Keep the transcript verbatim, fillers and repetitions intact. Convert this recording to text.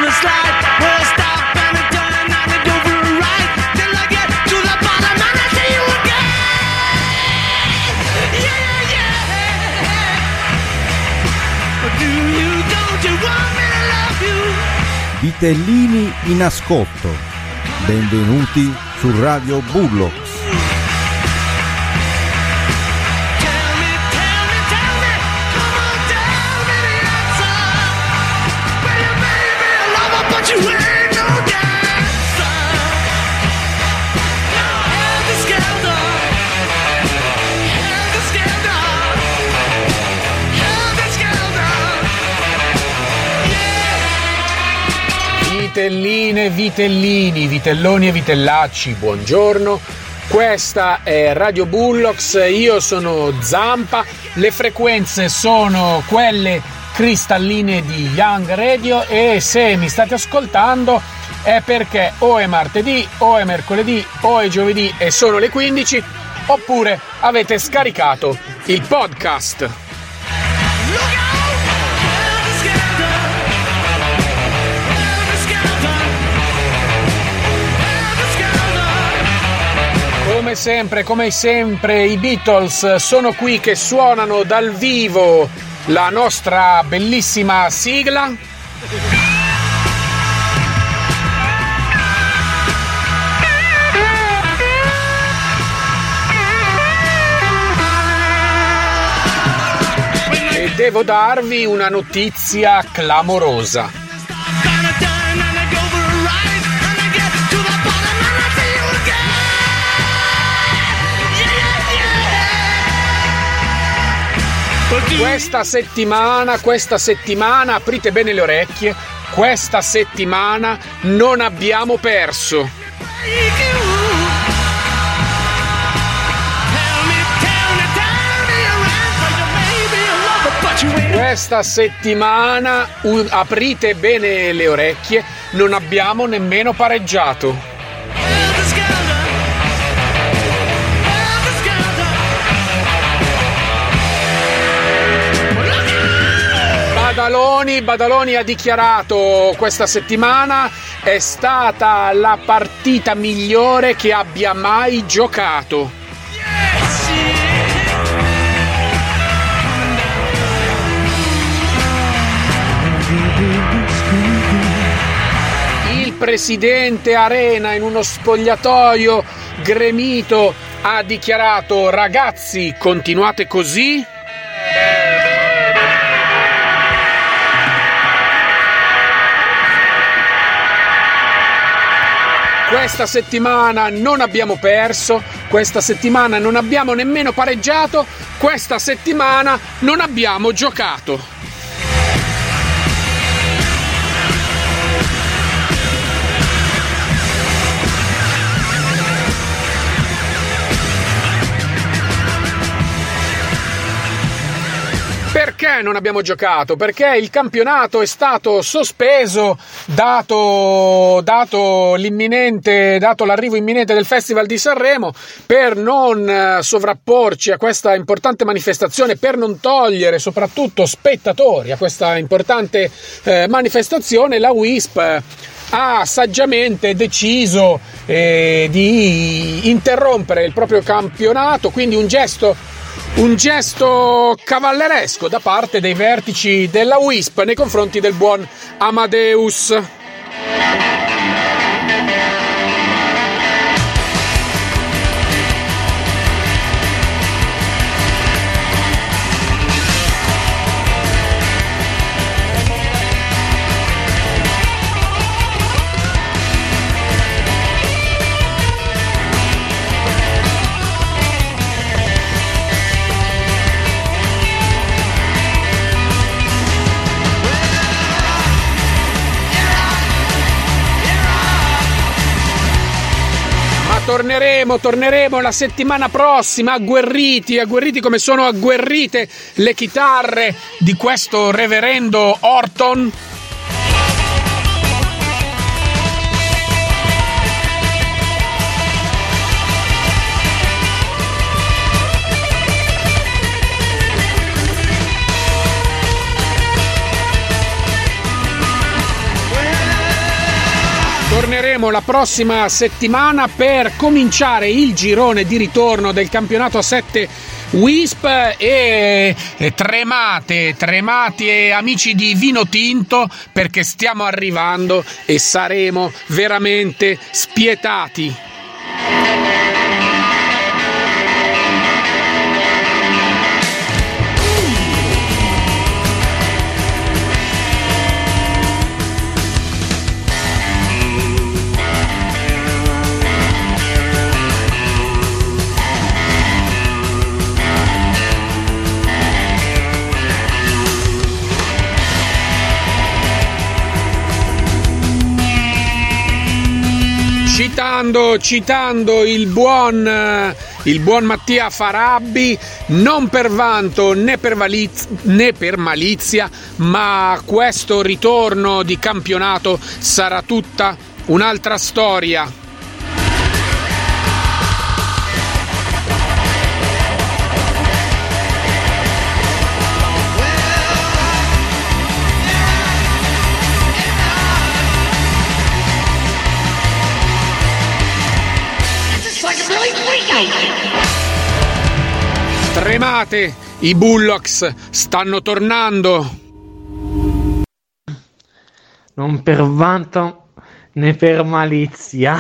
Vitellini in ascolto. Benvenuti su Radio Bullocks. Vitelline, vitellini, vitelloni e vitellacci, buongiorno. Questa è Radio Bullocks, io sono Zampa, le frequenze sono quelle cristalline di Young Radio e se mi state ascoltando è perché o è martedì, o è mercoledì, o è giovedì e sono le quindici, oppure avete scaricato il podcast. Come sempre, come sempre, i Beatles sono qui che suonano dal vivo la nostra bellissima sigla. E devo darvi una notizia clamorosa. Questa settimana, questa settimana, aprite bene le orecchie, questa settimana non abbiamo perso. Questa settimana, uh, aprite bene le orecchie, non abbiamo nemmeno pareggiato. Badaloni, Badaloni ha dichiarato questa settimana è stata la partita migliore che abbia mai giocato. Il presidente Arena in uno spogliatoio gremito ha dichiarato: ragazzi, continuate così. Questa settimana non abbiamo perso, questa settimana non abbiamo nemmeno pareggiato, questa settimana non abbiamo giocato. Perché non abbiamo giocato? Perché il campionato è stato sospeso dato, dato l'imminente, dato l'arrivo imminente del Festival di Sanremo, per non sovrapporci a questa importante manifestazione, per non togliere soprattutto spettatori a questa importante eh, manifestazione. La W I S P ha saggiamente deciso eh, di interrompere il proprio campionato, quindi un gesto Un gesto cavalleresco da parte dei vertici della W I S P nei confronti del buon Amadeus. Torneremo, torneremo la settimana prossima agguerriti, agguerriti come sono agguerrite le chitarre di questo reverendo Orton. torneremo la prossima settimana per cominciare il girone di ritorno del campionato a sette Wisp e, e tremate, tremate amici di Vino Tinto, perché stiamo arrivando e saremo veramente spietati. Citando, citando il buon, il buon Mattia Farabbi, non per vanto né per, valiz- né per malizia, ma questo ritorno di campionato sarà tutta un'altra storia. Tremate, i Bullocks stanno tornando. Non per vanto né per malizia.